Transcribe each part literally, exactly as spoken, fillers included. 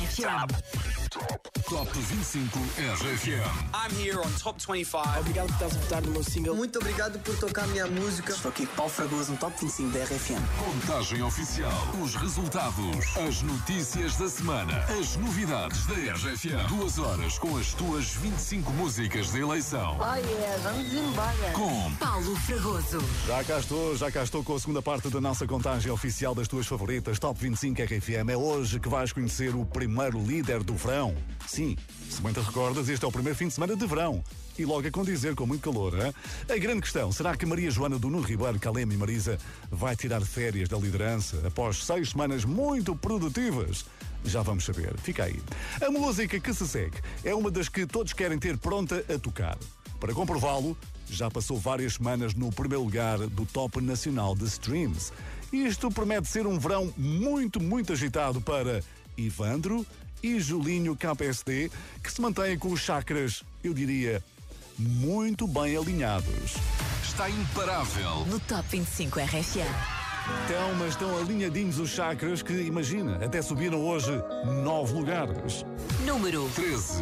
F M. Top vinte e cinco R F M. I'm here on Top vinte e cinco. Obrigado por estás a votar no meu single. Muito obrigado por tocar a minha música. Estou aqui com Paulo Fragoso no Top vinte e cinco da R F M. Contagem oficial. Os resultados. As notícias da semana. As novidades da R F M. Duas horas com as tuas vinte e cinco músicas de eleição. Oh yeah, vamos embora. Com Paulo Fragoso. Já cá estou, já cá estou com a segunda parte da nossa contagem oficial das tuas favoritas. Top vinte e cinco R F M. É hoje que vais conhecer o primeiro líder do verão. Sim, se bem te recordas, este é o primeiro fim de semana de verão. E logo a condizer com muito calor, hein? A grande questão, será que Maria Joana do Nuno Ribeiro, Calema e Marisa vai tirar férias da liderança após seis semanas muito produtivas? Já vamos saber, fica aí. A música que se segue é uma das que todos querem ter pronta a tocar. Para comprová-lo, já passou várias semanas no primeiro lugar do Top Nacional de Streams. Isto promete ser um verão muito, muito agitado para Ivandro e Julinho K P S D, que se mantêm com os chakras, eu diria, muito bem alinhados. Está imparável. No Top vinte e cinco R F M. Então, mas estão alinhadinhos os chakras que, imagina, até subiram hoje nove lugares. Número treze.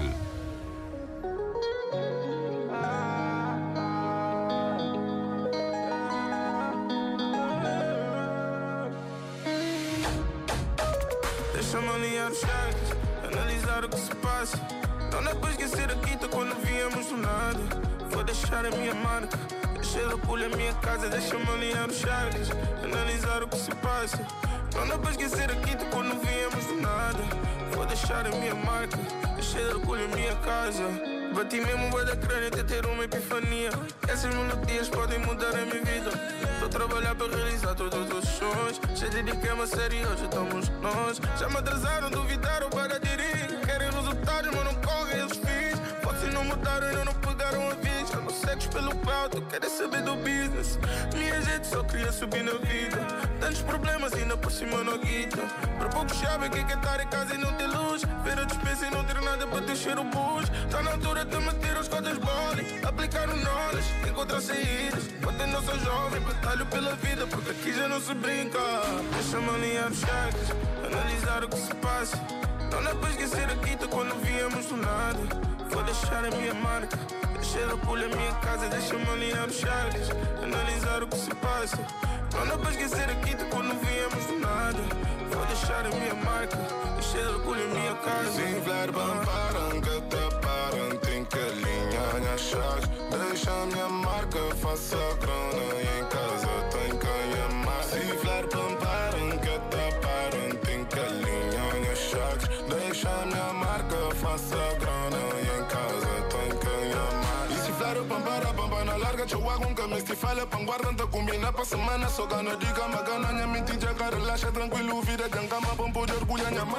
Deixa-me alinhar os chakras, analisar o que se passa. Não dá para esquecer a quinta quando viemos do nada. Vou deixar a minha marca, deixar o pulho a minha casa. Deixa-me alinhar os chakras, analisar o que se passa. Não dá para esquecer a quinta quando viemos do nada. Vou deixar a minha marca, deixar o pulho a minha casa. Bati mesmo vai da crânio até ter uma epifania. Essas melodias podem mudar a minha vida. Estou a trabalhar para realizar todos os sonhos. Já dediquei-me a sério, hoje estamos nós. Já me atrasaram, duvidaram para aderir. Querem resultados, mas não correm os fins. Vocês não mudaram, ainda não pegaram a vista. Não segues pelo pauta, querem saber do business. Minha gente só queria subir na vida. Tantos problemas ainda por cima não guita. Para poucos sabem que é estar em casa e não ter luz. Ver a despesa e não ter nada para deixar o bus. Está na altura de meter as cotas bolas, aplicar o knowledge, encontrar saídas. Quando eu não sou jovem, batalho pela vida, porque aqui já não se brinca. Deixa-me alinhar os chakras, analisar o que se passa. Não dá para esquecer a quinta quando viemos do nada. Vou deixar a minha marca, deixar o pulho a minha casa. Deixa-me alinhar os chakras, analisar o que se passa. Não dá para esquecer a quinta quando viemos do nada. Vou deixar a minha marca, deixar o pulho a minha casa. Sim, flare, param, que te param. Tem que alinhar as chaves. Deixa a minha marca, faça a grana. E em casa tem que amar. Sim, flare, param, que te param. Tem que alinhar as chaves. Deixa a minha marca, faça a grana. E em casa tem que amar. E se flare, pampara, pampa na larga. Chowa com camis, te falha, panguarda. Tá combina pra semana. Só gana de cama, gana. Minha mente já cara, relaxa tranquilo. Vida cancama, pampo de orgulho, minha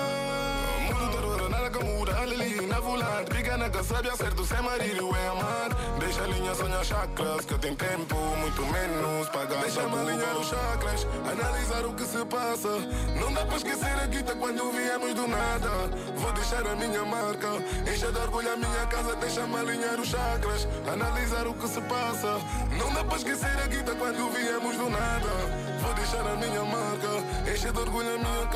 mãe. Mundo terror, nada que muda. Ali na volante, pequena que sabe acerto. Sem marido é amar. Deixa a linha sonhar chakras. Que tem tempo, muito menos pagar. Deixa-me alinhar os chakras, analisar o que se passa. Não dá para esquecer a guita quando viemos do nada. Vou deixar a minha marca, encher de orgulho a minha casa. Deixa-me alinhar os chakras, analisar o que se passa. Não dá para esquecer a guita quando viemos do nada. Vou deixar a minha marca, encher de orgulho a minha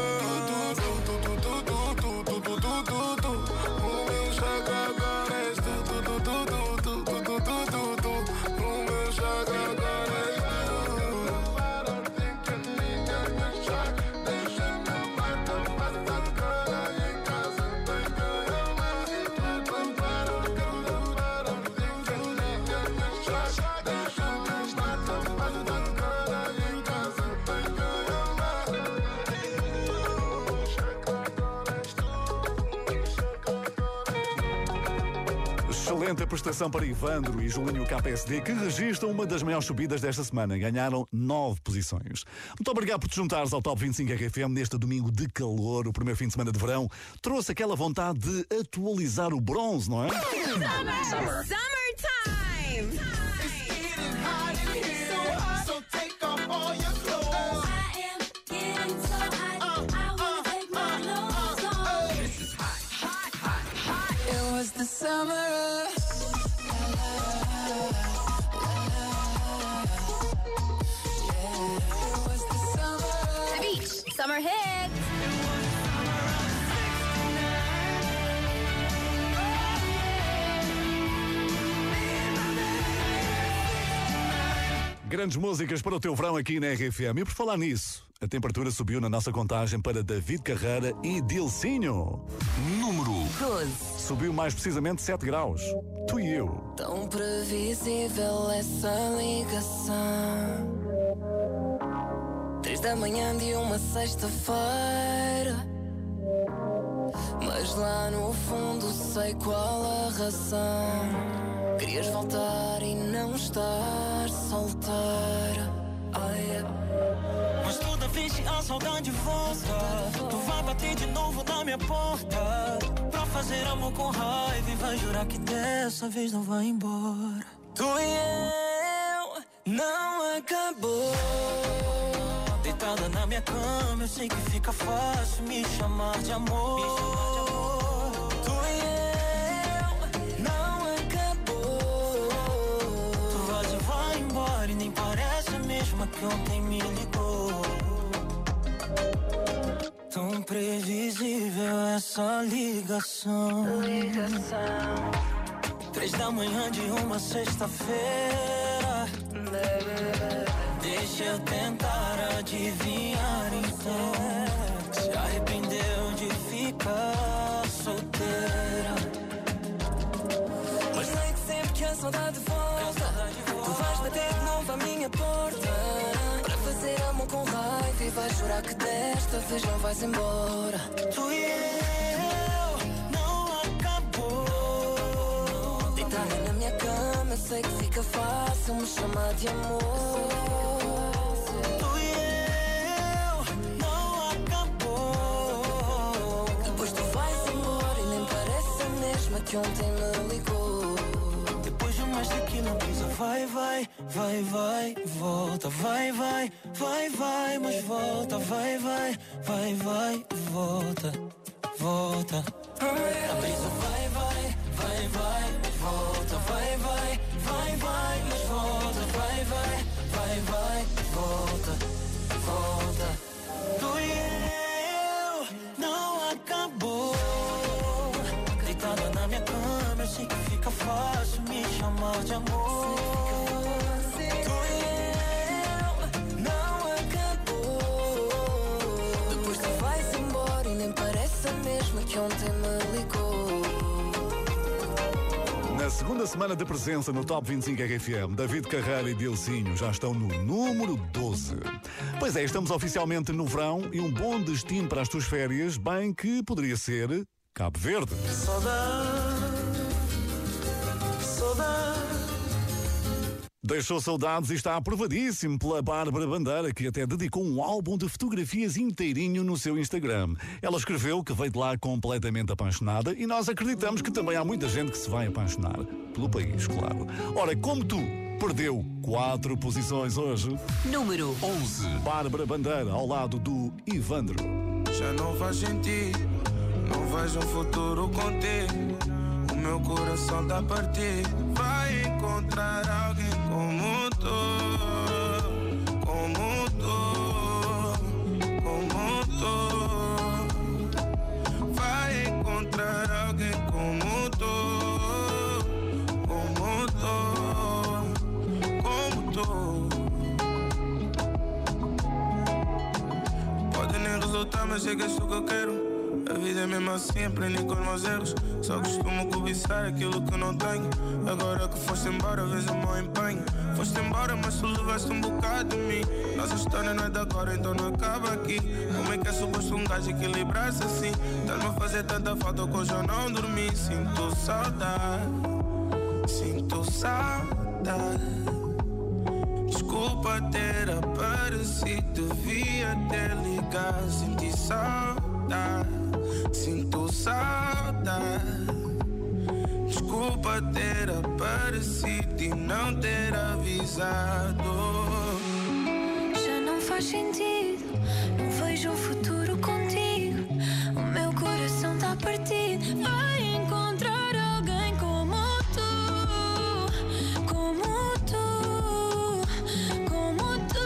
casa. Tu, tu, tu, tu, tu, tu, tu, tu, tu, tu. O meu chakra agora és tu, tu, tu, tu, tu, tu, tu, tu, tu, tu, tu. O meu chakra agora és tu. Excelente prestação para Ivandro e Julinho K P S D, que registram uma das maiores subidas desta semana. Ganharam nove posições. Muito obrigado por te juntares ao Top vinte e cinco R F M neste domingo de calor. O primeiro fim de semana de verão trouxe aquela vontade de atualizar o bronze, não é? Summer! Summer! Summertime! The summer of The beach, summer hits. Grandes músicas para o teu verão aqui na R F M. E por falar nisso, a temperatura subiu na nossa contagem para David Carreira e Dilcinho. Número doze. Subiu mais precisamente sete graus. Tu e eu. Tão previsível essa ligação. Três da manhã de uma sexta-feira. Mas lá no fundo sei qual a razão. Querias voltar e não estar solteira. Oh, yeah. Mas toda vez que a saudade volta, tu vai bater de novo na minha porta pra fazer amor com raiva e vai jurar que dessa vez não vai embora. Tu e eu não acabou. Deitada na minha cama, eu sei que fica fácil me chamar de amor. Me chamar de amor. Tu e eu não acabou. Tu vais e vai embora e nem parece a mesma que ontem me ligou. Tão previsível essa ligação. Ligação. Três da manhã de uma sexta-feira. Deixa eu tentar adivinhar então. Se arrependeu de ficar solteira. Mas sei que sempre que a saudade volta, tu vais bater de novo à minha porta para fazer amor com raiva e vais jurar que desta vez não vais embora. Tu e eu não acabou. Deitada na minha cama, sei que fica fácil me chamar de amor. Tu e eu não acabou. Depois tu vais embora e nem parece a mesma que ontem me ligou. Depois de mais daquilo brisa, vai, vai, vai, vai, volta, vai, vai, vai, vai, mas volta, vai, vai, vai, vai, volta, volta. A brisa vai, vai, vai, vai, volta, vai, vai, vai, vai, mas volta, vai, vai, vai, vai, volta, volta. Tu e eu não acabou. Deitada na minha cama, eu sei que fica fácil me chamar de amor. Tu e eu não acabou. Depois tu vais embora e nem parece a mesma que ontem me ligou. Na segunda semana de presença no Top vinte e cinco R F M, David Carreira e Dilcinho já estão no número doze. Pois é, estamos oficialmente no verão e um bom destino para as tuas férias, bem que poderia ser Cabo Verde. Saudade, saudade. Deixou saudades e está aprovadíssimo pela Bárbara Bandeira, que até dedicou um álbum de fotografias inteirinho no seu Instagram. Ela escreveu que veio de lá completamente apaixonada e nós acreditamos que também há muita gente que se vai apaixonar. Pelo país, claro. Ora, como tu, perdeu quatro posições hoje. Número onze. Bárbara Bandeira, ao lado do Ivandro. Já não faz sentido, não vejo um futuro contigo. O meu coração tá partido. Vai encontrar alguém como tu, como tu, como tu. Vai encontrar alguém como tu, como tu, como tu. Pode nem resultar, mas é que és tu que eu quero. A vida é mesmo assim, aprendi com os meus erros. Só costumo cobiçar aquilo que não tenho. Agora que foste embora, vejo o meu empenho. Foste embora, mas tu levaste um bocado de mim. Nossa história não é de agora, então não acaba aqui. Como é que é suposto um gajo equilibrar-se assim? Estás-me a fazer tanta falta que hoje eu não dormi. Sinto saudade, sinto saudade. Desculpa ter aparecido, devia ter ligado. Senti saudade, sinto saudade. Desculpa ter aparecido e não ter avisado. Já não faz sentido, não vejo um futuro contigo. O meu coração tá partido. Vai encontrar alguém como tu, como tu, como tu.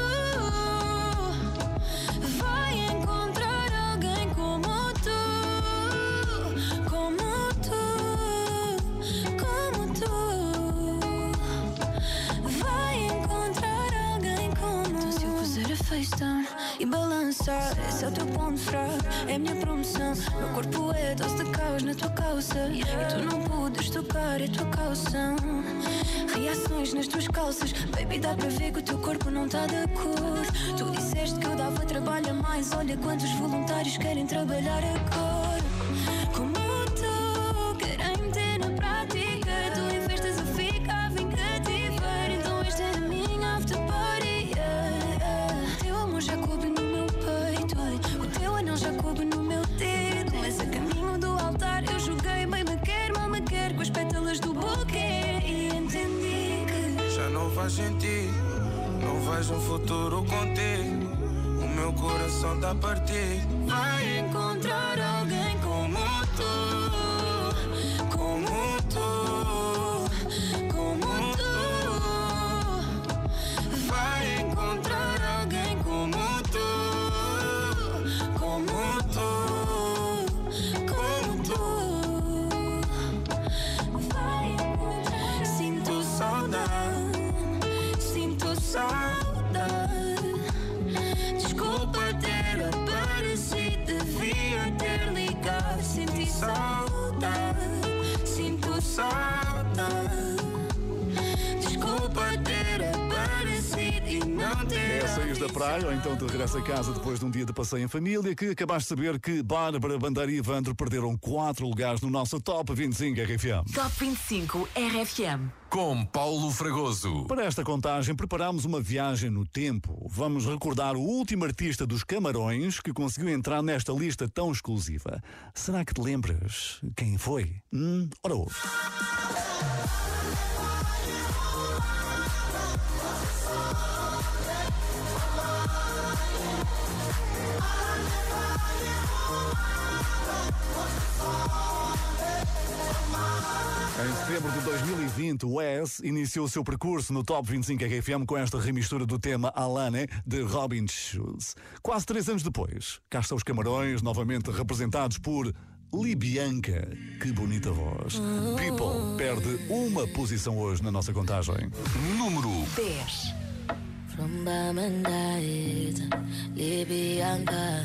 Vai encontrar alguém como tu, como tu, como tu. Vai encontrar alguém. começar. Esse é o teu ponto fraco, é a minha promoção. Meu corpo é dose de caos na tua calça. E tu não podes tocar, é tua calção. Reações nas tuas calças. Baby, dá para ver que o teu corpo não está de acordo. Tu disseste que eu dava trabalho a mais. Olha quantos voluntários querem trabalhar agora. Como tu, querem meter na prática. Tu em festas a ficar vingativa. Então esta é a minha after party, yeah, yeah. Teu amor já coube no meu peito. O teu anel já coube no meu dedo. Mas a caminho do altar eu joguei. Bem me quer, mal me quer. Com as pétalas do buquê. E entendi que já não faz sentido. Não vejo um futuro contigo. O meu coração tá partido. vai encontrar alguém como tu, como tu, como tu. Vai encontrar alguém como tu, como tu, como tu. Vai encontrar. Sinto saudade, sinto saudade. Desculpa ter aparecido, devia ter ligado. Senti saudade, sinto saudade. Desculpa ter aparecido e não ter. É saís da praia ou então te regressa a casa depois de um dia de passeio em família que acabaste de saber que Bárbara, Bandeira e Evandro perderam quatro lugares no nosso Top vinte e cinco R F M. Top vinte e cinco R F M. Com Paulo Fragoso. Para esta contagem preparámos uma viagem no tempo. Vamos recordar o último artista dos Camarões que conseguiu entrar nesta lista tão exclusiva. Será que te lembras quem foi? Hum, ora ouve. Em setembro de dois mil e vinte, o Wes iniciou o seu percurso no Top vinte e cinco R F M com esta remistura do tema Alane, de Robin Schulz. Quase três anos depois, cá estão os Camarões, novamente representados por Libianca. Que bonita voz. People perde uma posição hoje na nossa contagem. Número dez. From Bamandait, Libianca.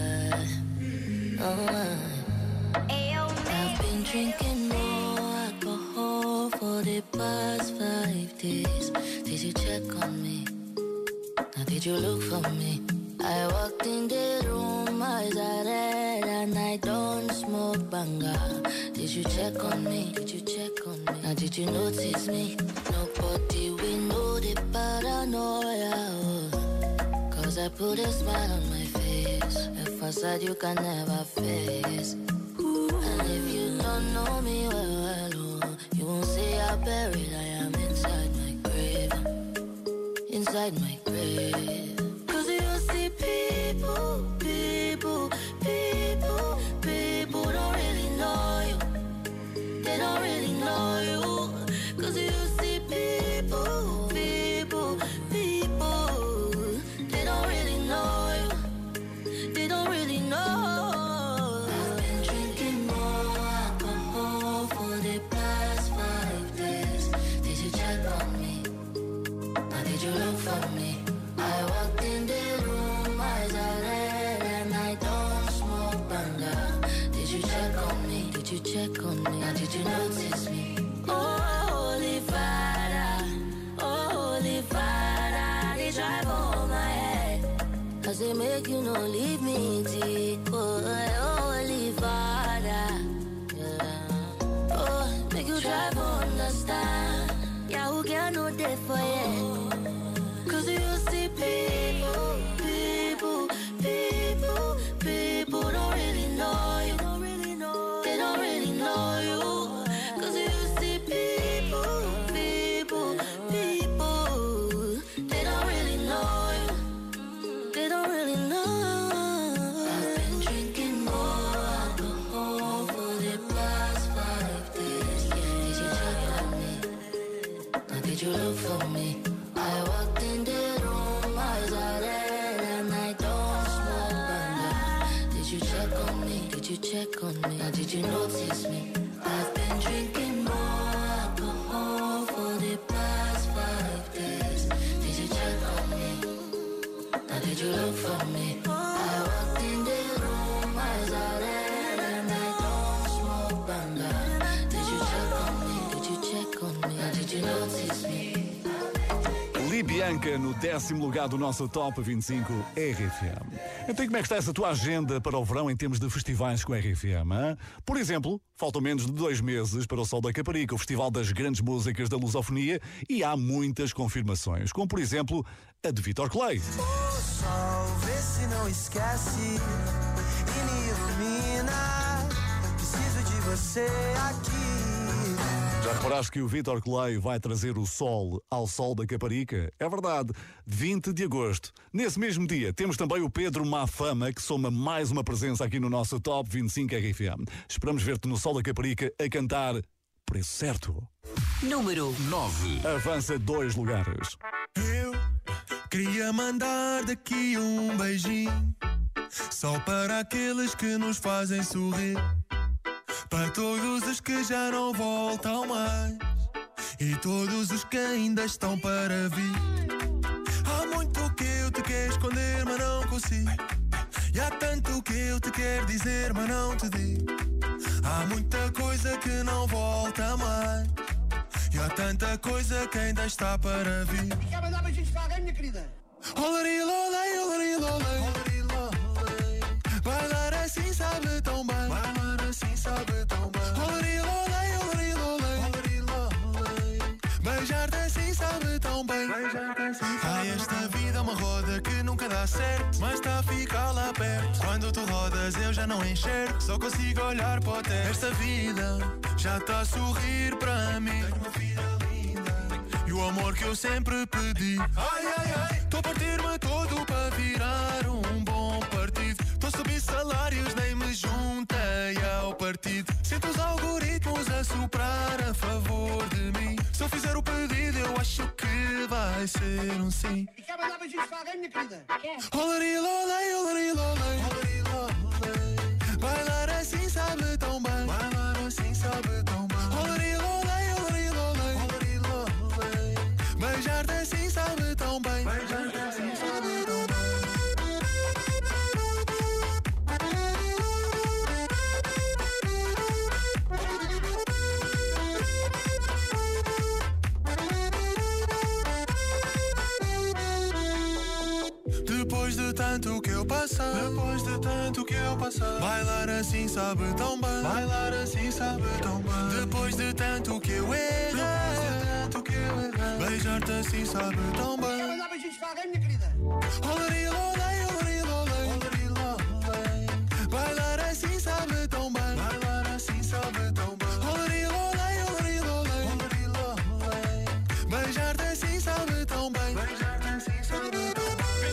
Oh, I've been drinking more alcohol for the past five days. Did you check on me? Now did you look for me? I walked in the room, eyes are red, and I don't smoke banga. Did you check on me? Did you check on me? Now did you notice me? Nobody will know the paranoia. Oh. Cause I put a smile on my face, a facade you can never face. And if you don't know me well, well, oh, you won't see how buried I am inside my grave. Inside my grave. Cause you see people, people, people, people don't really know you. They don't really know you. Cause you see people, people, people, they don't really know you. They don't really know. I've been drinking more alcohol for the past five days. Did you check on me? Now did you look for me? I walked in the room, eyes are red, and I don't smoke banga. Did you check on me? Did you check on me? Now did you notice me? Oh, holy Father, oh, holy Father, they drive on my head. Cause they make you no leave me deep. Oh, holy Father, yeah. Oh, make you drive on the stand. Yeah, who can know that for you? Cause you see people, people, people, people don't really know you. They don't really know you. Cause you see people, people, people, they don't really know you. They don't really know. I've been drinking more alcohol for the past five days. Did you check on me? Now did you look for me? I walked in the room, eyes are red, and I don't smoke banga. Did you check on me? Did you check on me? Now did you notice me? I've been drinking more alcohol for the past five days. Did you check on me? Now did you look for me? I Branca no décimo lugar do nosso Top vinte e cinco R F M. Então como é que está essa tua agenda para o verão em termos de festivais com a R F M? Hein? Por exemplo, faltam menos de dois meses para o Sol da Caparica, o Festival das Grandes Músicas da Lusofonia, e há muitas confirmações, como por exemplo a de Vítor Clay. O sol, vê se não esquece e me ilumina. Preciso de você aqui. Já reparaste que o Vítor Clay vai trazer o sol ao Sol da Caparica? É verdade, vinte de agosto. Nesse mesmo dia, temos também o Pedro Mafama, que soma mais uma presença aqui no nosso Top vinte e cinco R F M. Esperamos ver-te no Sol da Caparica a cantar Preço Certo. Número nove. Avança dois lugares. Eu queria mandar daqui um beijinho, só para aqueles que nos fazem sorrir, para todos os que já não voltam mais e todos os que ainda estão para vir. Há muito que eu te quero esconder, mas não consigo. E há tanto que eu te quero dizer, mas não te digo. Há muita coisa que não volta mais e há tanta coisa que ainda está para vir. Quer mandar beijinhos para alguém, minha querida? Olari, lolei, olari, lolei, olari, lolei. Bailar assim sabe tão bem, bailar assim sabe tão bem. Olari, lolei, olari, lolei, olari, lolei. Beijar-te assim sabe tão bem, beijar-te assim sabe. Ai, esta vida é uma roda que nunca dá certo, mas está a ficar lá perto. Quando tu rodas eu já não enxergo, só consigo olhar para o teto. Esta vida já está a sorrir para mim. Tenho uma vida linda e o amor que eu sempre pedi. Ai, ai, ai, estou a partir-me todo para virar um bom partido. Estou a subir salários, nem me juntei ao partido. Sinto os algoritmos a soprar a favor de mim. Se eu fizer o pedido eu acho que vai ser um sim. E quer mandar beijinhos para alguém, minha querida? Quer? Olari, lolei, olari, lolei, olari, lolei. Bailar assim sabe tão bem, bailar assim sabe tão bem. Olari, lolei, olari, lolei, olari, lolei. Beijar-te assim sabe tão bem, beijar-te assim sabe tão bem. Depois de tanto que eu passei, depois de tanto que eu passei, bailar assim sabe tão bem, bailar assim sabe tão bem. Depois de tanto que eu errei, depois de tanto que eu errei, beijar-te assim sabe tão bem. Quer mandar beijinhos para alguém, minha querida? Olari, lolei, olari, lolei, olari, lolei. Bailar assim sabe tão bem, bailar assim sabe tão bem. Olari, lolei, olari, lolei, olari, lolei. Beijar-te assim sabe tão bem, beijar-te assim sabe tão bem.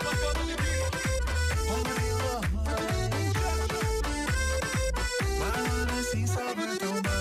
Assim sabe tão bem.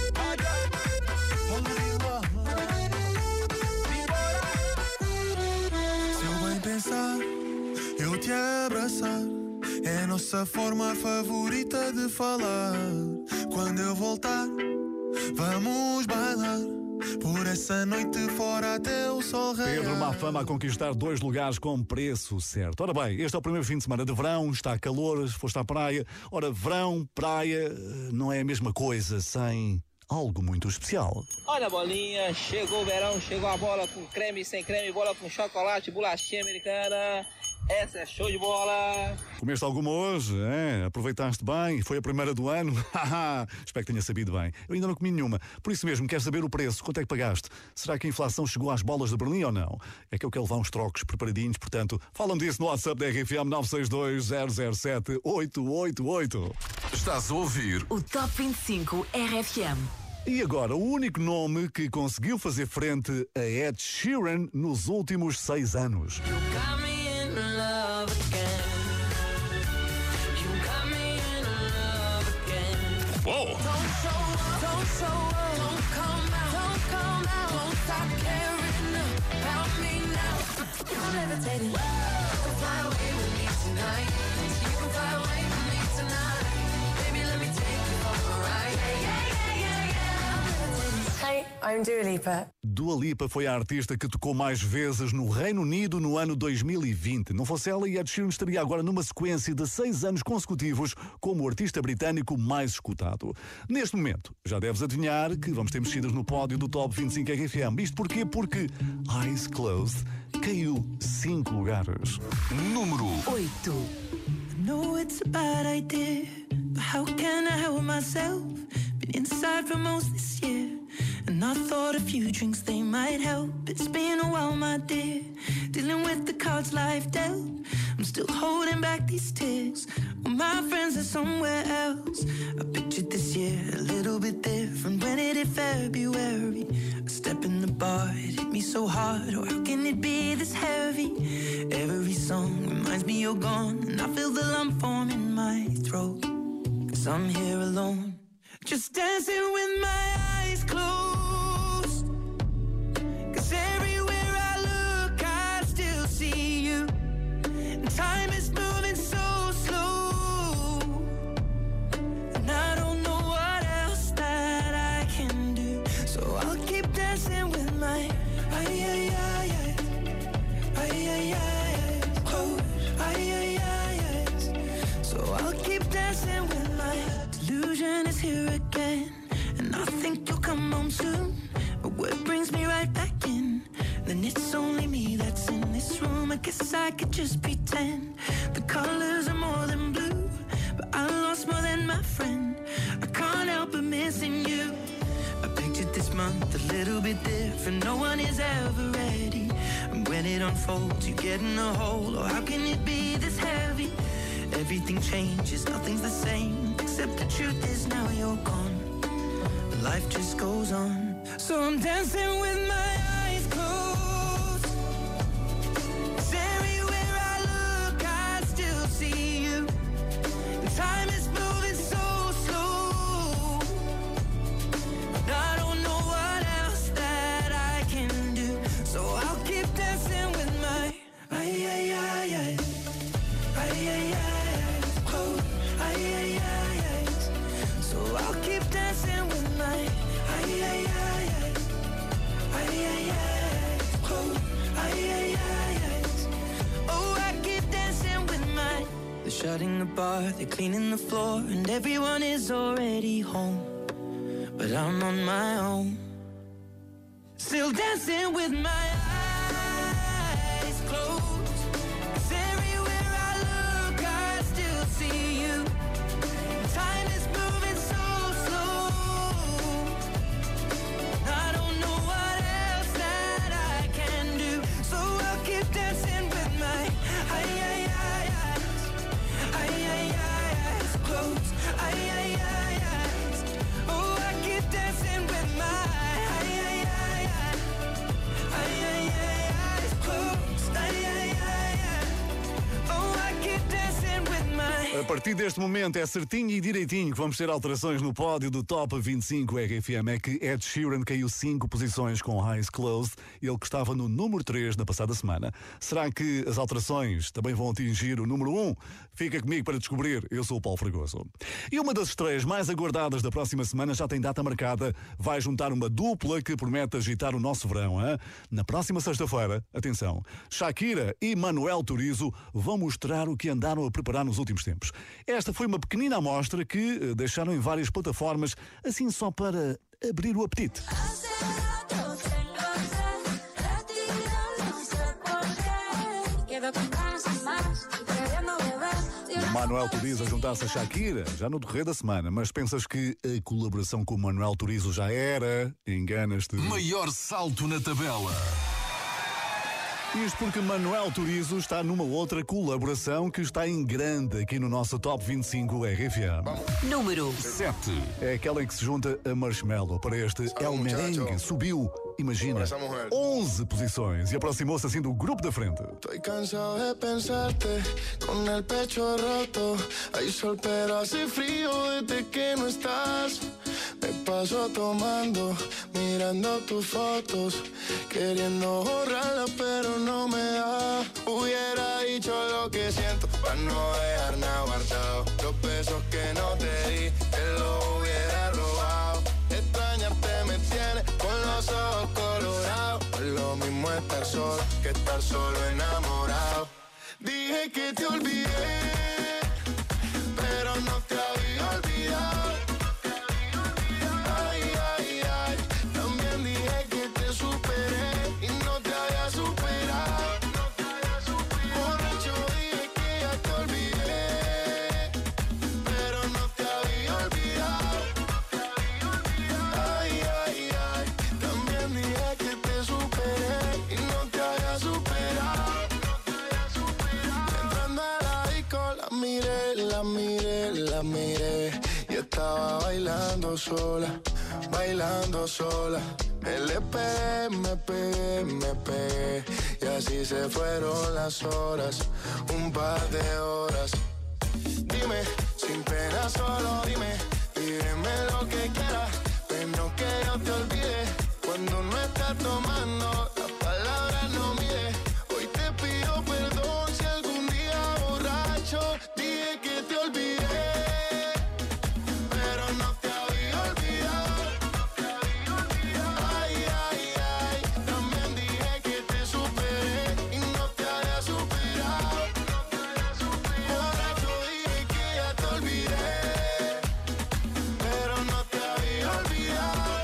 Se eu bem pensar, eu te abraçar é a nossa forma favorita de falar. Quando eu voltar, vamos bailar por essa noite fora até o sol raiar. Pedro Mafama a conquistar dois lugares com preço certo. Ora bem, este é o primeiro fim de semana de verão, está calor, foste à praia. Ora, verão, praia, não é a mesma coisa sem algo muito especial. Olha a bolinha, chegou o verão, chegou a bola com creme e sem creme, bola com chocolate, bolachinha americana. Essa é show de bola. Comeste alguma hoje? É? Aproveitaste bem? Foi a primeira do ano? Espero que tenha sabido bem. Eu ainda não comi nenhuma. Por isso mesmo, quero saber o preço. Quanto é que pagaste? Será que a inflação chegou às bolas de Berlim ou não? É que eu quero levar uns trocos preparadinhos, portanto, falam disso no WhatsApp da R F M nove seis dois zero zero sete oito oito oito. Estás a ouvir o Top vinte e cinco R F M. E agora, o único nome que conseguiu fazer frente a Ed Sheeran nos últimos seis anos. Uou! Hey, I'm Dua Lipa. Dua Lipa foi a artista que tocou mais vezes no Reino Unido no ano dois mil e vinte. Não fosse ela, Ed Sheeran estaria agora numa sequência de seis anos consecutivos como o artista britânico mais escutado. Neste momento, já deves adivinhar que vamos ter mexidas no pódio do Top vinte e cinco R F M. Isto porquê? Porque Eyes Closed caiu cinco lugares. Número oito. I know it's a bad idea, but how can I help myself? Been inside for most this year, and I thought a few drinks they might help. It's been a while, my dear, dealing with the cards life dealt. I'm still holding back these tears, well, my friends are somewhere else. I pictured this year a little bit different when it hit February. A step in the bar, it hit me so hard, oh how can it be this heavy? Every song reminds me you're gone, and I feel the lump form in my throat, 'cause I'm here alone, just dancing with my eyes closed. 'Cause everywhere I look I still see you, and time is moving so slow, and I don't know what else that I can do, so I'll keep dancing with my ay ay ay ay ay ay ay close ay ay ay ay. So I'll keep dancing with my delusion is here again, and I think you'll come home soon, but what brings me right back in? Then it's only me that's in this room. I guess I could just pretend the colors are more than blue, but I lost more than my friend. I can't help but missing you. I pictured this month a little bit different. No one is ever ready, and when it unfolds you get in a hole. Oh, how can it be this heavy? Everything changes, nothing's the same, except the truth is now you're gone. Life just goes on, so I'm dancing with my eyes closed. 'Cause everywhere I look I still see you, and time is moving so slow, and I don't know what else that I can do, so I'll keep dancing with my ay ay ay ay ay ay ay. So I'll keep dancing with my ay ay ay ay ay ay ay oh ay ay ay ay. Oh, I keep dancing with my. They're shutting the bar, they're cleaning the floor, and everyone is already home, but I'm on my own, still dancing with my eyes closed. 'Cause everywhere I look I still see you. Time is moving so slow, I don't know what else that I can do, so I'll keep dancing with my ay ay ay ay ay ay eyes closed ay ay ay ay. Oh, I keep dancing with my ay ay ay ay ay ay eyes closed ay ay ay ay. Oh, I keep dancing with my. A partir deste momento é certinho e direitinho que vamos ter alterações no pódio do Top vinte e cinco R F M. É que Ed Sheeran caiu cinco posições com Eyes Closed, ele que estava no número três na passada semana. Será que as alterações também vão atingir o número um? Fica comigo para descobrir. Eu sou o Paulo Fragoso. E uma das estreias mais aguardadas da próxima semana já tem data marcada. Vai juntar uma dupla que promete agitar o nosso verão. Hein? Na próxima sexta-feira, atenção, Shakira e Manuel Turizo vão mostrar o que andaram a preparar nos últimos tempos. Esta foi uma pequenina amostra que deixaram em várias plataformas, assim só para abrir o apetite. Manuel Turizo a juntar-se a Shakira, já no decorrer da semana, mas pensas que a colaboração com o Manuel Turizo já era? Enganas-te. Maior salto na tabela. Isto porque Manuel Turizo está numa outra colaboração que está em grande aqui no nosso Top vinte e cinco R F M. Número sete. É aquela em que se junta a Marshmello para este El Merengue. Subiu, imagina, onze posições e aproximou-se assim do grupo da frente. Estoy cansado de pensarte con el pecho roto. Hay sol pero hace frío desde que no estás. Me paso tomando, mirando tus fotos, queriendo borrarlas pero no me da. Hubiera dicho lo que siento para no dejar nada guardado. Los besos que no te di, te los hubiera robado. Extrañarte me tiene con los estar sola que estar solo enamorado. Dije que te olvidé, pero no te había olvidado. Ay, ay, ay, también dije que te superé y no te había superado. Borracho dije que ya te olvidé, pero no te había olvidado. Ay, ay, ay, también dije que te superé y no te había superado. Entrando a la disco la miré, la miré, la miré y estaba bailando sola, bailando sola. Me le pegué, me pegué, me pegué y así se fueron las horas, un par de horas. Dime, sin pena solo dime, pídeme lo que quieras, pero que yo te olvide. Cuando no estás tomando, las palabras no mide. Hoy te pido perdón si algún día borracho dije que te olvidé, pero no te había olvidado. Ay, ay, ay, también dije que te superé y no te había superado. Borracho dije que ya te olvidé, pero no te había olvidado.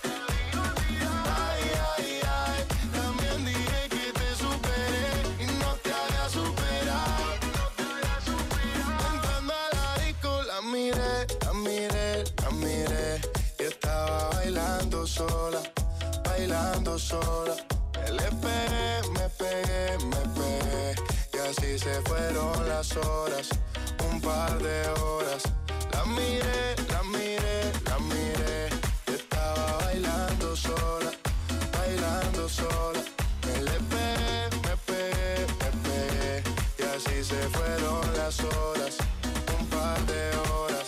Ay, ay, ay, también dije que te superé y no te había superado. Entrando a la disco la miré, la miré, la miré y estaba bailando sola, bailando sola. Me le pegué, me pegué, me pegué y así se fueron las horas, un par de horas. La miré, la miré, la miré y estaba bailando sola, bailando sola. Me le pegué, me pegué, me pegué y así se fueron las horas, un par de horas.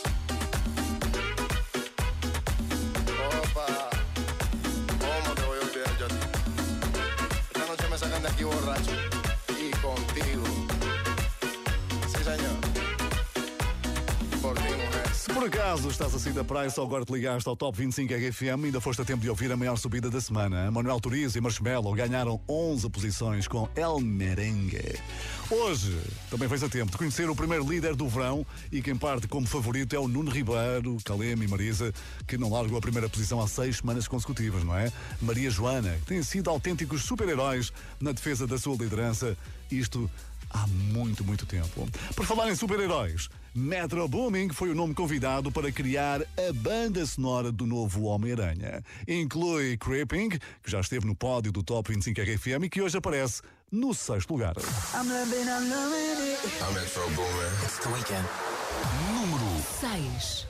Opa, ¿cómo te voy a olvidar yo a ti? Esta noche me sacan de aquí borracho y contigo. Sí, señor. Por ti, mujer. Se por acaso estás assim da praia, só agora te ligaste ao Top vinte e cinco R F M, ainda foste a tempo de ouvir a maior subida da semana. Manuel Turizo e Marshmello ganharam onze posições com El Merengue. Hoje também vais a tempo de conhecer o primeiro líder do verão e quem parte como favorito é o Nuno Ribeiro, Calema e Marisa, que não largam a primeira posição há seis semanas consecutivas, não é? Maria Joana, que têm sido autênticos super-heróis na defesa da sua liderança, isto há muito, muito tempo. Por falar em super-heróis, Metro Booming foi o nome convidado para criar a banda sonora do novo Homem-Aranha. Inclui Creeping, que já esteve no pódio do Top vinte e cinco R F M e que hoje aparece no sexto lugar. I'm living, I'm loving it. I'm Metro Boomin. It's the weekend. Número seis.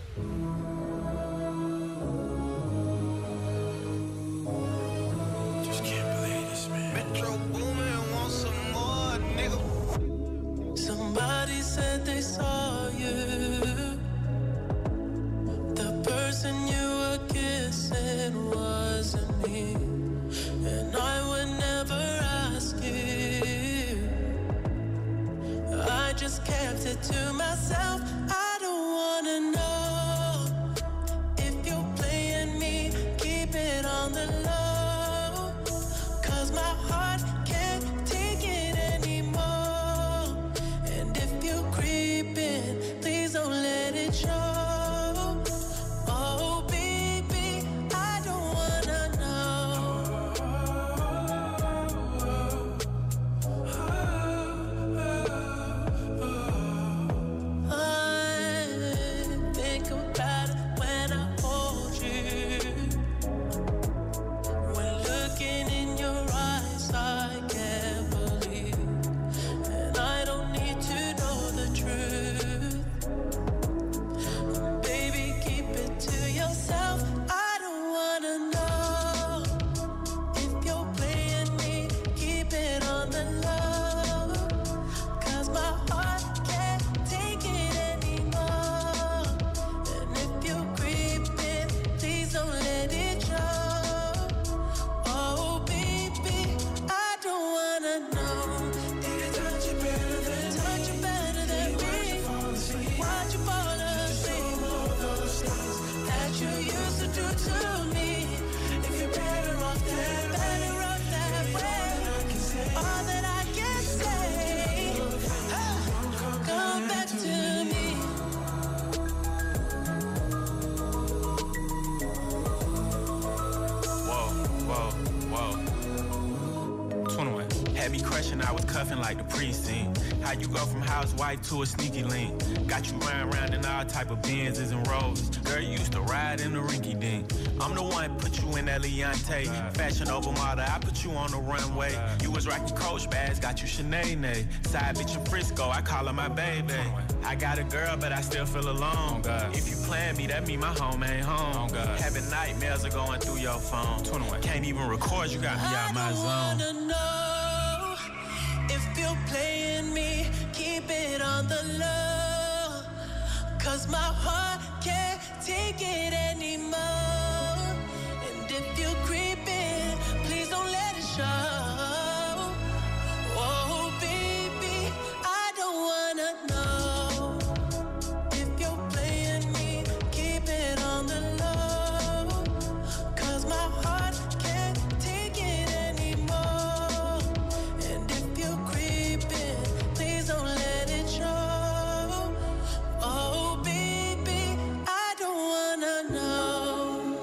Just can't believe this, man. Metro Boomin, want some more, nigga. Somebody said they saw you. The person you were kissing wasn't me. And I would never ask you. I just kept it to myself. I don't wanna know if you're playing me. Keep it on the low, 'cause my heart can't take it anymore. And if you're creeping, please don't let it show. Oh baby, I don't wanna know. I think about it when I hold you. When looking in your eyes, I can't believe. And I don't need to know the truth. Baby, keep it to yourself. I don't wanna know if you're playing me. Keep it on the low, 'cause my heart can't take it anymore. And if you're creeping, please don't let it show. Oh baby, I don't wanna know. Did I touch you better than me? Touch you better than me? Why'd you fall asleep? Those things that you used to do to me. If you're better off that, better off that way. all that I can say. Come back to me. Whoa, whoa, whoa. twenty-one. Had me crushing, I was cuffing like the precinct. How you go from housewife to a sneaky link? Got you round round in all type of Benzes and Rolls. Girl, you used to ride in the rinky dink. I'm the one put you in that Leontay. Fashion over model, I put you on the runway. You was rocking Coach bags, got you Sinead. Side bitch in Frisco, I call her my baby. I got a girl, but I still feel alone. If you plan me, that mean my home ain't home. Having nightmares are going through your phone. Can't even record, you got me out my zone. I don't wanna know if you're playing me, keep it on the low. Cause my heart can't take it anymore. And if you're creeping, please don't let it show. Oh baby, I don't wanna know if you're playing me, keep it on the low. Cause my heart can't take it anymore. And if you're creeping, please don't let it show. Oh baby, I don't wanna know.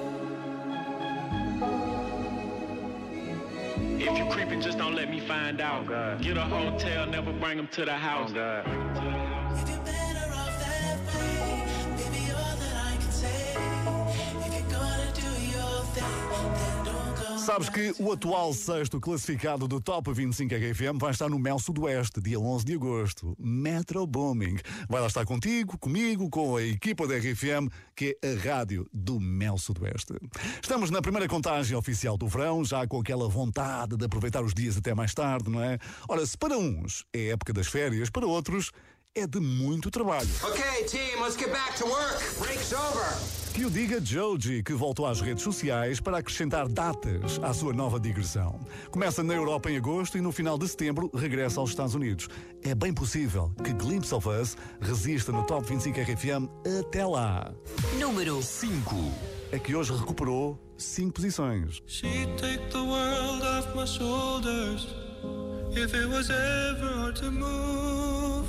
If you creeping, just don't let me find out. Get a hotel, never bring them to the house. If you're better off that way, baby, all that I can say. If you're gonna do your thing, then don't go. Sabes que o atual sexto classificado do Top vinte e cinco R F M vai estar no Mel Sudoeste, dia onze de agosto. Metro Booming. Vai lá estar contigo, comigo, com a equipa da R F M, que é a rádio do Mel Sudoeste. Estamos na primeira contagem oficial do verão, já com aquela vontade de aproveitar os dias até mais tarde, não é? Ora, se para uns é época das férias, para outros é de muito trabalho. Okay, team, let's get back to work. Break's over. Que o diga Joji, que voltou às redes sociais para acrescentar datas à sua nova digressão. Começa na Europa em agosto e no final de setembro regressa aos Estados Unidos. É bem possível que Glimpse of Us resista no Top vinte e cinco R F M até lá. Número cinco. É que hoje recuperou cinco posições. She'd take the world off my shoulders if it was ever hard to move.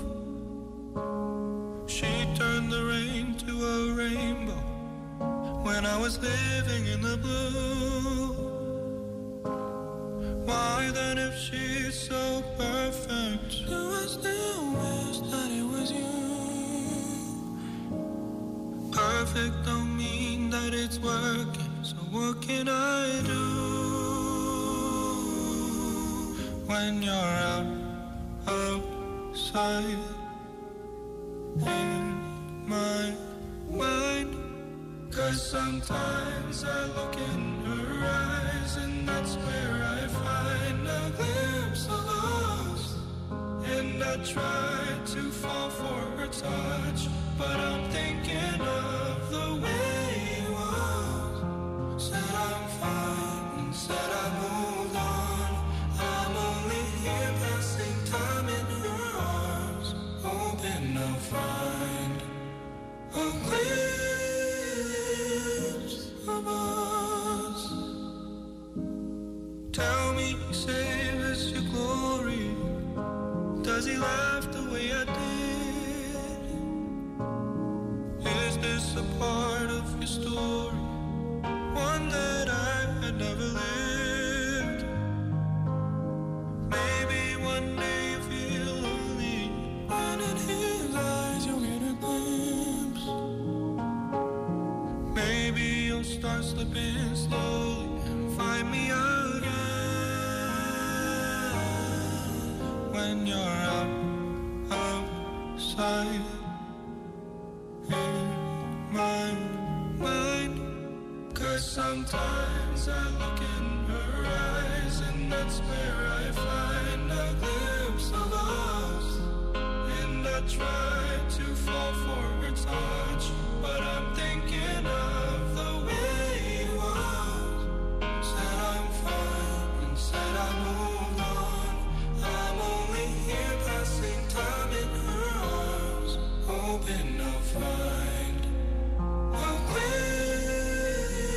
She'd turn the rain to a rainbow when I was living in the blue. Why then, if she's so perfect, do I still wish that it was you? Perfect don't mean that it's working, so what can I do when you're out outside in my mind? 'Cause sometimes I look in her eyes and that's where I find a glimpse of us. And I try to fall for her touch, but I'm thinking of the way it was. Said I'm fine and said I moved on. I'm only here passing time in her arms, hoping I'll find a glimpse of us. Tell me, save us your glory. Does he laugh the way I did? Is this a part of your story? One that I had never lived? Maybe one day you feel lonely, and in his eyes you'll get a glimpse. Maybe you'll start slipping slowly and find me again when you're out outside in my mind. 'Cause sometimes I look in her eyes and that's where I find a glimpse of us. And I try to fall for her touch, but I'm thinking of the way it was. Said I'm fine and said I moved on. I'm only here passing time in her arms, hoping I'll find a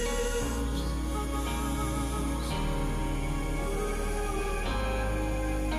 glimpse of us.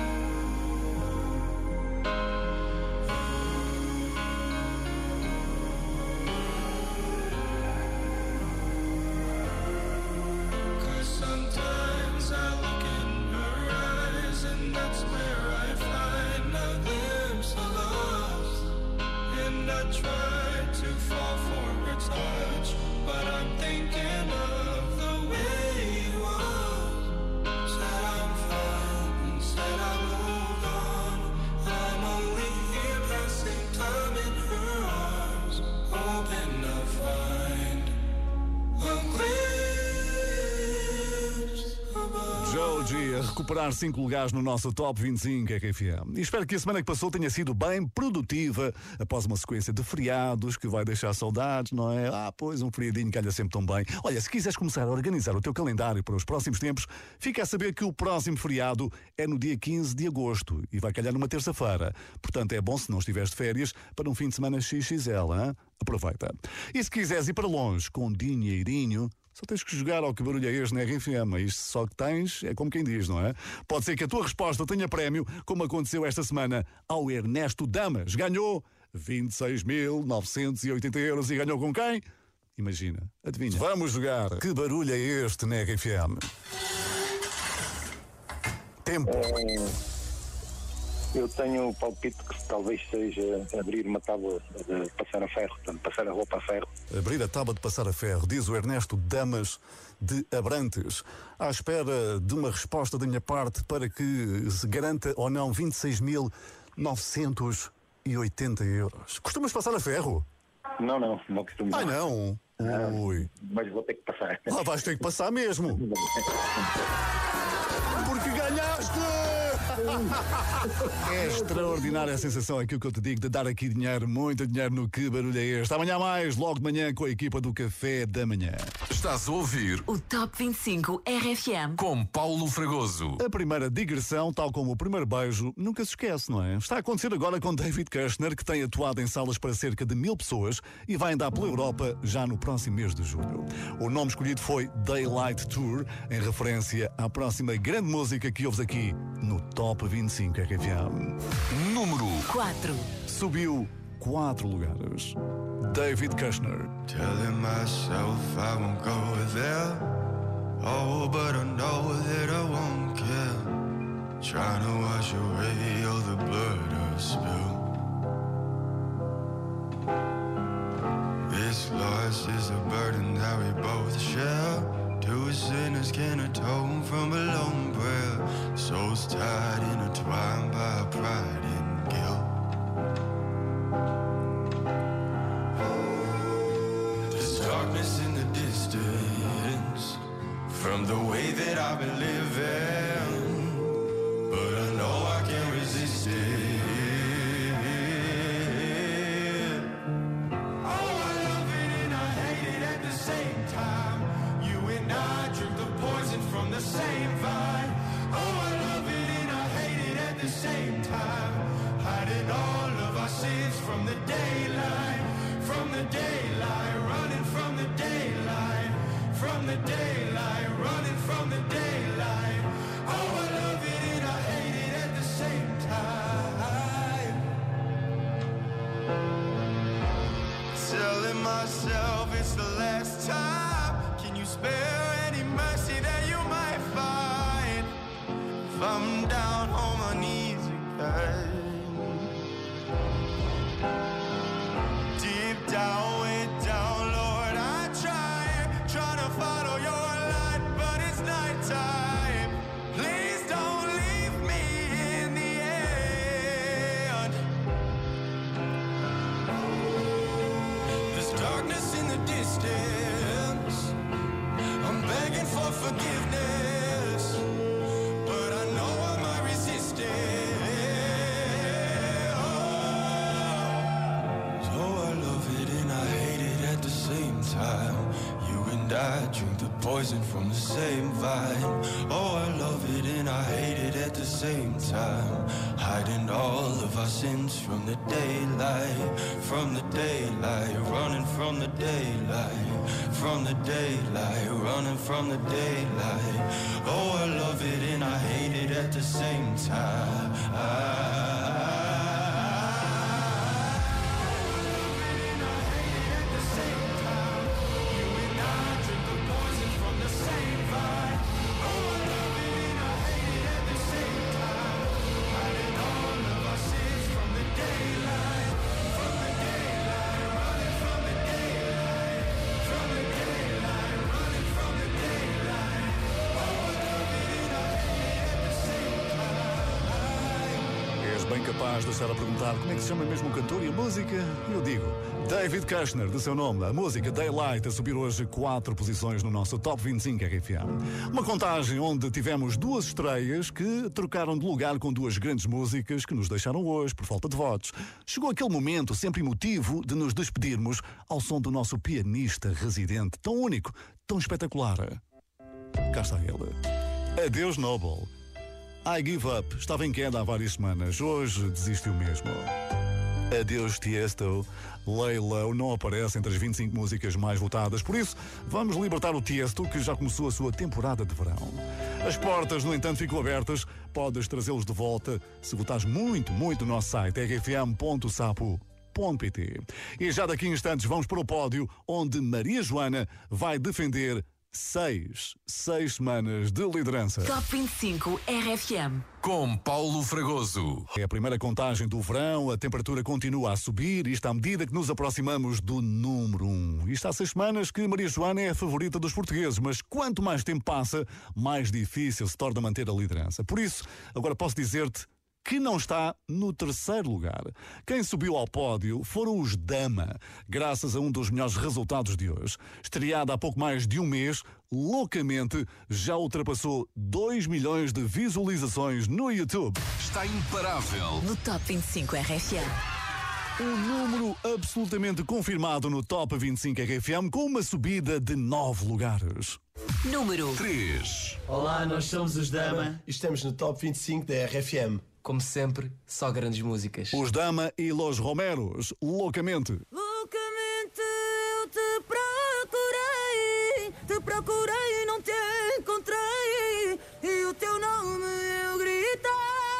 Prodigy a recuperar cinco lugares no nosso Top vinte e cinco R F M. E espero que a semana que passou tenha sido bem produtiva, após uma sequência de feriados que vai deixar saudades, não é? Ah, pois, um feriadinho calha sempre tão bem. Olha, se quiseres começar a organizar o teu calendário para os próximos tempos, fica a saber que o próximo feriado é no dia quinze de agosto e vai calhar numa terça-feira. Portanto, é bom, se não estiveres de férias, para um fim de semana X X L, hein? Aproveita. E se quiseres ir para longe com dinheirinho, só tens que jogar ao Que Barulho É Este na R F M. Isto só que tens é como quem diz, não é? Pode ser que a tua resposta tenha prémio, como aconteceu esta semana ao Ernesto Damas. Ganhou vinte e seis mil novecentos e oitenta euros e ganhou com quem? Imagina, adivinha. Vamos jogar Que Barulho É Este na R F M. Tempo. É... Eu tenho o palpite que talvez seja abrir uma tábua de passar a ferro, portanto, passar a roupa a ferro. Abrir a tábua de passar a ferro, diz o Ernesto Damas de Abrantes. À espera de uma resposta da minha parte para que se garanta ou não vinte e seis mil novecentos e oitenta euros. Costumas passar a ferro? Não, não, não costumo. Ah, não? Ui. Mas vou ter que passar. Ah, vais ter que passar mesmo. Porque ganhaste! É extraordinária a sensação, aquilo que eu te digo, de dar aqui dinheiro, muito dinheiro no Que Barulho É Este. Amanhã mais, logo de manhã, com a equipa do Café da Manhã. Estás a ouvir o Top vinte e cinco R F M com Paulo Fragoso. A primeira digressão, tal como o primeiro beijo, nunca se esquece, não é? Está a acontecer agora com David Kushner, que tem atuado em salas para cerca de mil pessoas e vai andar pela Europa já no próximo mês de julho. O nome escolhido foi Daylight Tour, em referência à próxima grande música que ouves aqui no Top vinte e cinco R F M. Número quatro. Subiu quatro lugares. David Kushner. Telling myself I won't go there. Oh, but I know that I won't care. Trying to wash away all the blood I spilled. This loss is a burden that we both share. Two sinners can atone from a lone prayer. Souls tied, intertwined by pride and guilt. There's darkness in the distance from the way that I've been living, but I know I can't resist it. Oh, I love it and I hate it at the same time. You and I drink the poison from the same vine. Oh, I love it and I hate it at the same time. Hiding all of our sins from the daylight, from the daylight, running from the daylight, from the daylight, running from the daylight. Oh, I love it and I hate it at the same time. Telling myself it's the last time. Can you spare any mercy that you might find? If I'm down on my knees again, deep down, way down, Lord, I try, trying to follow your light, but it's nighttime. Please don't leave me in the end. There's darkness in the distance. I'm begging for forgiveness, but I know I might resist it. Oh, so I love it and I hate it at the same time. You and I drink the poison from the same vine. Oh, I love it and I hate it at the same time. Hiding all of our sins from the daylight, from the daylight, running from the daylight, from the daylight, running from the daylight. Oh, I love it and I hate it at the same time. I capaz de estar a perguntar como é que se chama mesmo o cantor e a música? Eu digo, David Kushner, de seu nome, a música Daylight, a subir hoje quatro posições no nosso Top vinte e cinco R F M. Uma contagem onde tivemos duas estreias que trocaram de lugar com duas grandes músicas que nos deixaram hoje por falta de votos. Chegou aquele momento sempre emotivo de nos despedirmos ao som do nosso pianista residente, tão único, tão espetacular. Cá está ele. Adeus, Noble. I Give Up estava em queda há várias semanas. Hoje desistiu mesmo. Adeus, Tiesto. Lay Low não aparece entre as vinte e cinco músicas mais votadas. Por isso, vamos libertar o Tiesto, que já começou a sua temporada de verão. As portas, no entanto, ficam abertas. Podes trazê-los de volta se votares muito, muito no nosso site r f m ponto sapo ponto p t. E já daqui a instantes vamos para o pódio, onde Maria Joana vai defender Seis, seis semanas de liderança. Top vinte e cinco R F M. Com Paulo Fragoso. É a primeira contagem do verão, a temperatura continua a subir, isto à medida que nos aproximamos do número um. Isto há seis semanas que Maria Joana é a favorita dos portugueses, mas quanto mais tempo passa, mais difícil se torna manter a liderança. Por isso, agora posso dizer-te que não está no terceiro lugar. Quem subiu ao pódio foram os Dama, graças a um dos melhores resultados de hoje. Estreada há pouco mais de um mês, loucamente já ultrapassou dois milhões de visualizações no YouTube. Está imparável no Top vinte e cinco R F M. Um número absolutamente confirmado no Top vinte e cinco R F M, com uma subida de nove lugares. Número três. Olá, nós somos os Dama e estamos no Top vinte e cinco da R F M. Como sempre, só grandes músicas. Os Dama e Los Romeros, loucamente. Loucamente eu te procurei, te procurei e não te encontrei, e o teu nome eu gritei.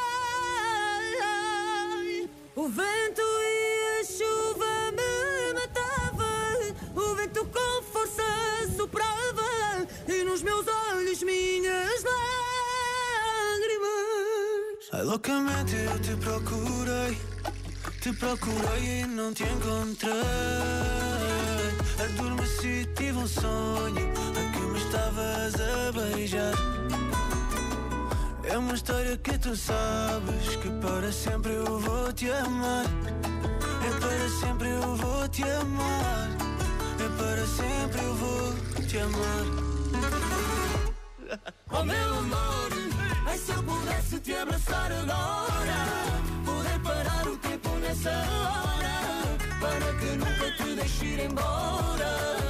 O vento e a chuva me matavam, o vento com força soprava, e nos meus olhos minhas lágrimas. Ai, loucamente eu te procurei, te procurei e não te encontrei. Adormeci, tive um sonho a que me estavas a beijar. É uma história que tu sabes, que para sempre eu vou te amar. É para sempre eu vou te amar. É para sempre eu vou te amar. Oh meu amor, ai se eu pudesse te abraçar agora, poder parar o tempo nessa hora, para que nunca te deixe ir embora.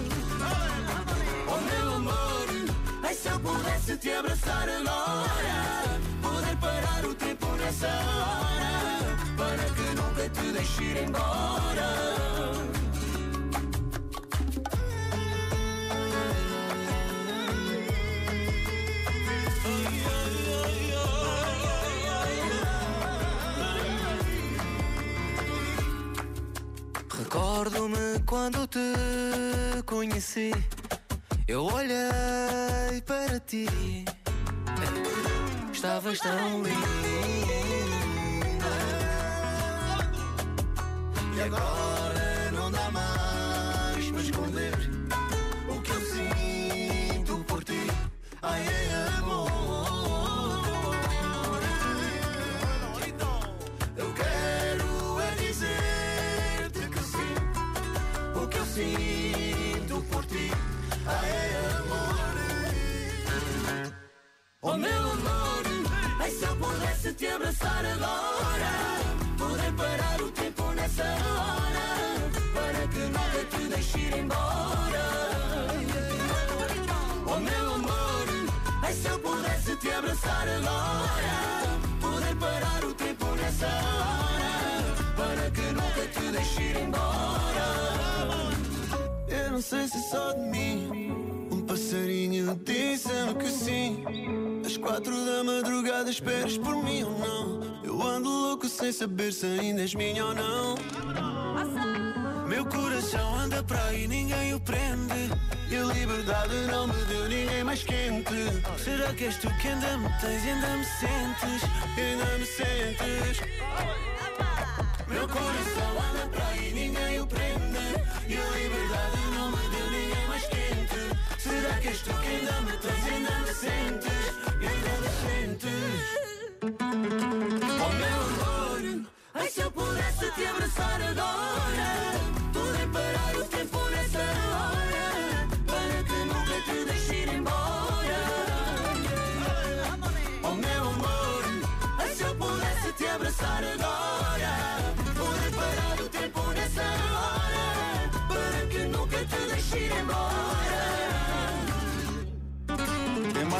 Oh meu amor, ai se eu pudesse te abraçar agora, poder parar o tempo nessa hora, para que nunca te deixe ir embora. Recordo-me quando te conheci, eu olhei para ti, estavas tão linda, e agora não dá mais para esconder o que eu sinto por ti. Ai, é amor. Eu quero é dizer-te que sim, o que eu sinto por ti. Ai, é amor. Oh meu amor, ai se eu pudesse te abraçar agora, poder parar o tempo nessa hora, para que nunca te deixe ir embora. Oh meu amor, ai se eu pudesse te abraçar agora, poder parar o tempo nessa hora, para que nunca te deixe ir embora. Eu não sei se só de mim, um passarinho disse-me que sim. Às quatro da madrugada esperas por mim ou não? Eu ando louco sem saber se ainda és minha ou não. Meu coração anda para aí, ninguém o prende, e a liberdade não me deu ninguém mais quente. Será que és tu que ainda me tens e ainda me sentes? Ainda me sentes? Meu coração anda para aí, ninguém o prende, e a liberdade não me deu ninguém mais quente. Será que és tu que ainda me tens e ainda me sentes? E ainda me sentes? Oh meu amor,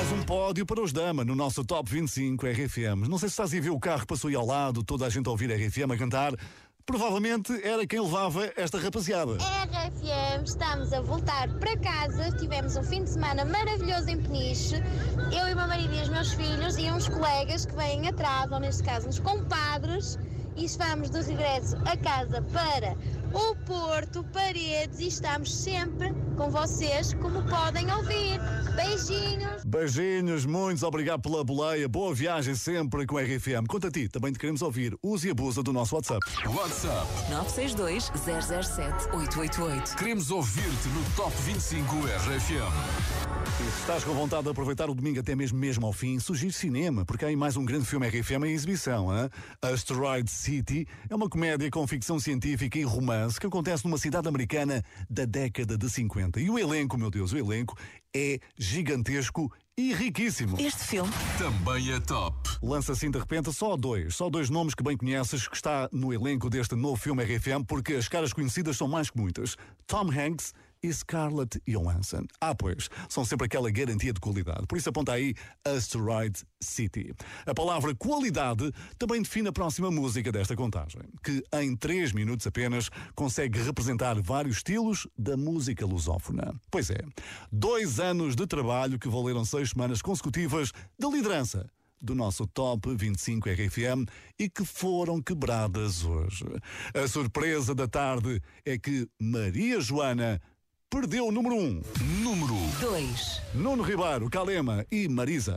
Mais um pódio para os Dama no nosso Top vinte e cinco R F M. Não sei se estás a ver o carro que passou aí ao lado, toda a gente a ouvir R F M a cantar. Provavelmente era quem levava esta rapaziada. R F M, estamos a voltar para casa. Tivemos um fim de semana maravilhoso em Peniche. Eu e o meu marido e os meus filhos e uns colegas que vêm atrás, ou neste caso uns compadres, e vamos de regresso a casa para o Porto, Paredes, e estamos sempre com vocês, como podem ouvir. Beijinhos. Beijinhos, muitos obrigado pela boleia. Boa viagem sempre com a R F M. Conta a ti, também te queremos ouvir. Use e abusa do nosso WhatsApp. WhatsApp nove seis dois, zero zero sete, oito oito oito. Queremos ouvir-te no Top vinte e cinco R F M. E se estás com vontade de aproveitar o domingo até mesmo, mesmo ao fim, sugiro cinema, porque há aí mais um grande filme R F M em exibição. Hein? Asteroid City é uma comédia com ficção científica e romance que acontece numa cidade americana da década de cinquenta. E o elenco, meu Deus, o elenco é gigantesco e riquíssimo. Este filme também é top. Lança assim de repente só dois, só dois nomes que bem conheces que está no elenco deste novo filme R F M, porque as caras conhecidas são mais que muitas. Tom Hanks e Scarlett Johansson. Ah, pois, são sempre aquela garantia de qualidade. Por isso aponta aí Asteroid City. A palavra qualidade também define a próxima música desta contagem, que em três minutos apenas consegue representar vários estilos da música lusófona. Pois é, dois anos de trabalho que valeram seis semanas consecutivas de liderança do nosso Top vinte e cinco R F M e que foram quebradas hoje. A surpresa da tarde é que Maria Joana perdeu o número um. Número dois. Nuno Ribeiro, Calema e Marisa.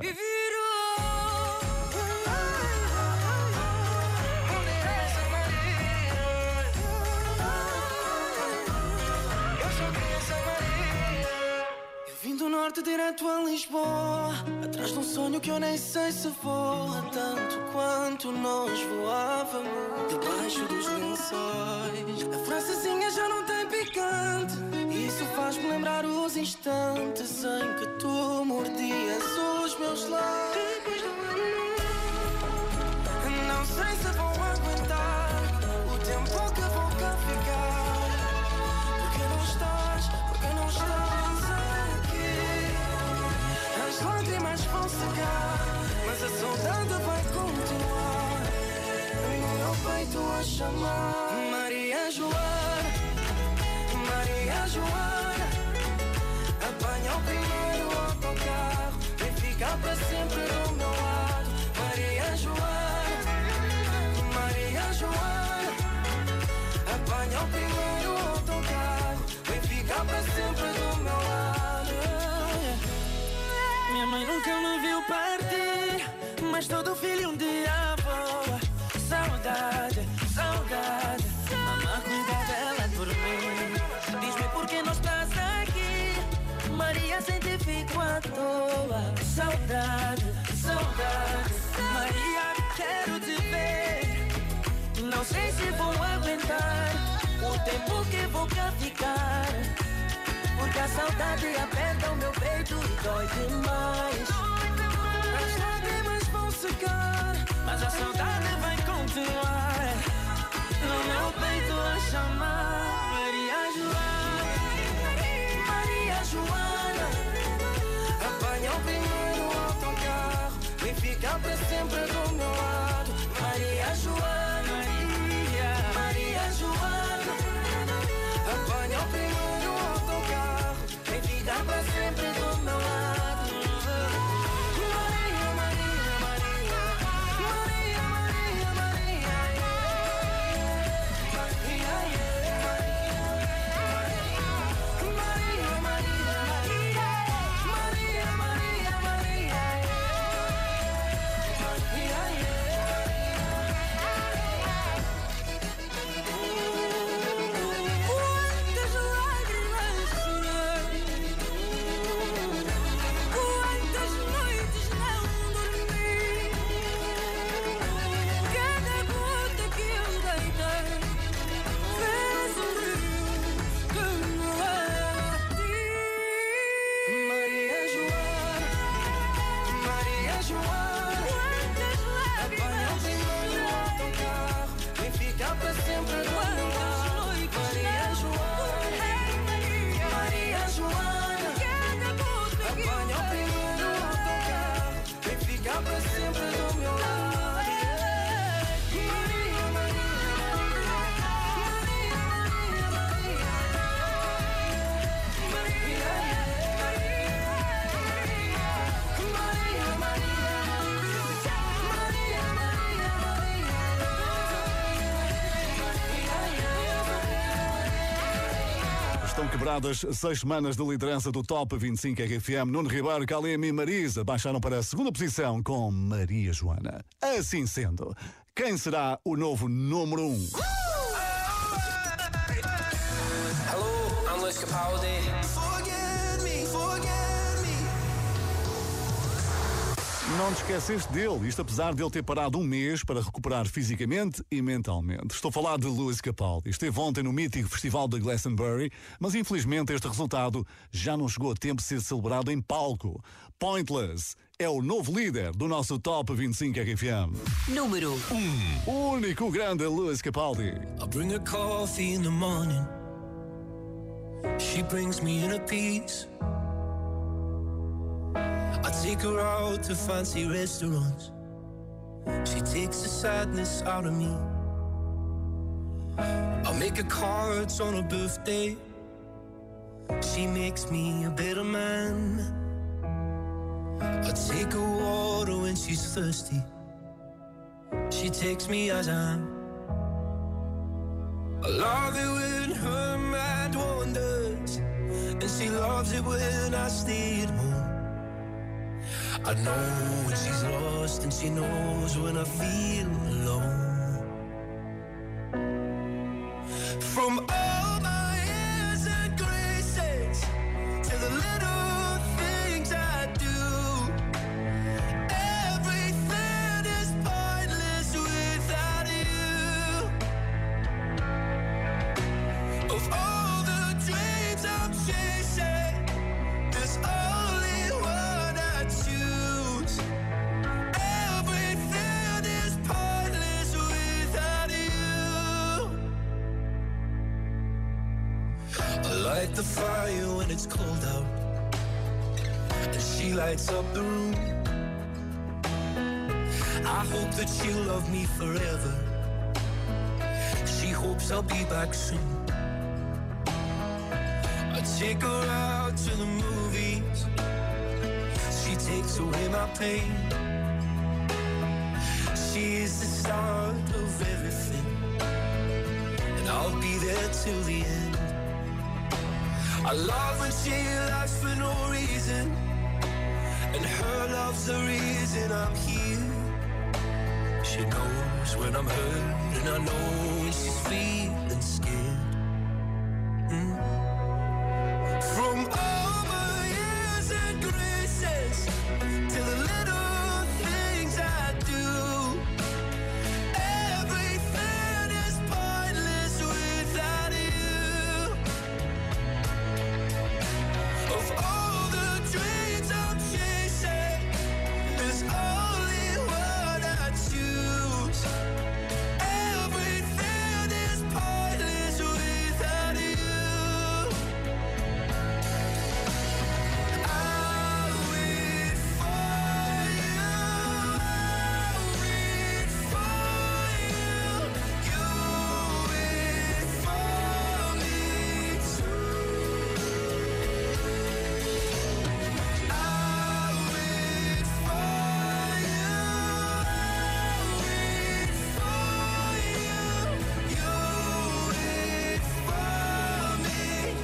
Vim do norte direto a Lisboa, atrás de um sonho que eu nem sei se voa tanto quanto nós voávamos debaixo dos lençóis. A francesinha já não tem picante, isso faz-me lembrar os instantes em que tu mordias os meus lábios. Não sei se vou aguentar o tempo que vou cá ficar. Porque não estás, porque não estás aqui. As lágrimas vão secar, mas a saudade vai continuar no meu peito a chamar. Maria Joana, Maria Joana, apanha o primeiro autocarro, vem ficar para sempre do meu lado. Maria Joana, Maria Joana, apanha o primeiro autocarro, vem ficar para sempre do meu lado. Minha mãe nunca me viu partir, mas todo filho um dia voa. Saudade, saudade, mamãe cuida dela por mim. Diz-me por que não estás aqui, Maria, sem ti fico à toa. Saudade, saudade, Maria, quero te ver. Não sei se vou aguentar o tempo que vou cá ficar, porque a saudade aperta o meu peito e dói demais. As lágrimas vão secar, mas a saudade vai continuar no meu peito a chamar. Maria Joana, Maria Joana, apanha o primeiro autocarro, vem ficar para sempre do meu lado. Maria Joana, Maria, Maria Joana, apanha o primeiro autocarro, vem ficar para sempre do meu lado. Maria, Maria, Maria, Maria, Maria, Maria, Maria, Maria, Maria, Maria, Maria, superadas seis semanas de liderança do Top vinte e cinco R F M, Nuno Ribeiro, Calema e Marisa baixaram para a segunda posição com Maria Joana. Assim sendo, quem será o novo número um? Hello, I'm Luis Capaldi. Forget me, forget me. Não te esqueceste dele, isto apesar de ele ter parado um mês para recuperar fisicamente e mentalmente. Estou a falar de Luis Capaldi. Esteve ontem no mítico festival de Glastonbury, mas infelizmente este resultado já não chegou a tempo de ser celebrado em palco. Pointless é o novo líder do nosso Top vinte e cinco R F M. Número um. O único grande Luis Capaldi. I bring her coffee in the morning. She brings me inner peace. I take her out to fancy restaurants. She takes the sadness out of me. I make her cards on her birthday. She makes me a better man. I take her water when she's thirsty. She takes me as I am. I love it when her mind wanders, and she loves it when I stay at home. I know when she's lost, and she knows when I feel alone. From all my airs and graces to the little things I do, everything is pointless without you. Of all the dreams I'm chasing, there's only one I choose. Everything is pointless without you. I light the fire when it's cold out, and she lights up the room. I hope that she'll love me forever. She hopes I'll be back soon. I take her out to the movies. She takes away my pain. She is the start of everything, and I'll be there till the end. I love when she laughs for no reason, and her love's the reason I'm here. She knows when I'm hurt, and I know when she's feeling scared. Mm. From all my years and graces to the little things I do, everything is pointless without you. Of all the dreams I'm chasing, there's only one I choose. Everything is pointless without you. I'll wait for you. I'll wait for you. You wait for me too. I'll wait for you. I'll wait for you. You wait for me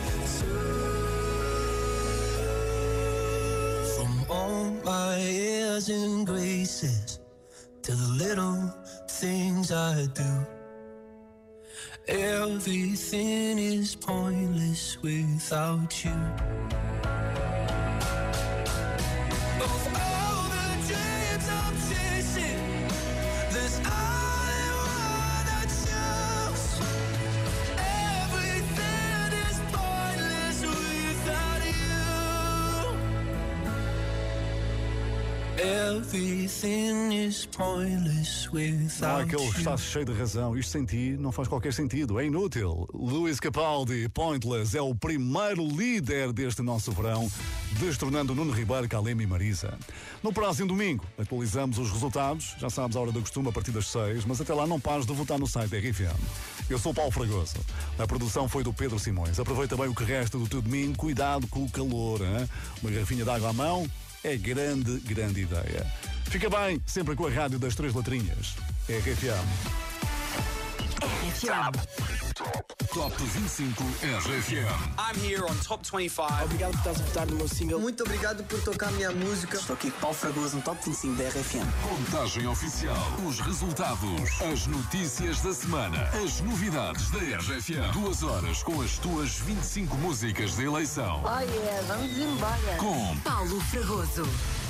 too. From all my airs and graces to the little things I do, everything is pointless without you. Of all the dreams I'm chasing, there's only one I choose. Everything is pointless without you. Everything is pointless Não é without que ele you. está cheio de razão. Isto sem ti não faz qualquer sentido. É inútil. Luis Capaldi, Pointless, é o primeiro líder deste nosso verão, destornando Nuno Ribeiro, Calema e Marisa. No próximo domingo, atualizamos os resultados. Já sabes, a hora do costume a partir das seis, mas até lá não pares de votar no site da R F M. Eu sou o Paulo Fragoso. A produção foi do Pedro Simões. Aproveita bem o que resta do teu domingo. Cuidado com o calor. Hein? Uma garrafinha de água à mão é grande, grande ideia. Fica bem, sempre com a rádio das Três Letrinhas. R F M. R F M. Top vinte e cinco R F M. I'm here on Top vinte e cinco. Obrigado por estás a votar no meu single. Muito obrigado por tocar a minha música. Estou aqui com Paulo Fragoso no Top vinte e cinco da R F M. Contagem oficial. Os resultados. As notícias da semana. As novidades da R F M. Duas horas com as tuas vinte e cinco músicas de eleição. Oh yeah, vamos embora. Com Paulo Fragoso.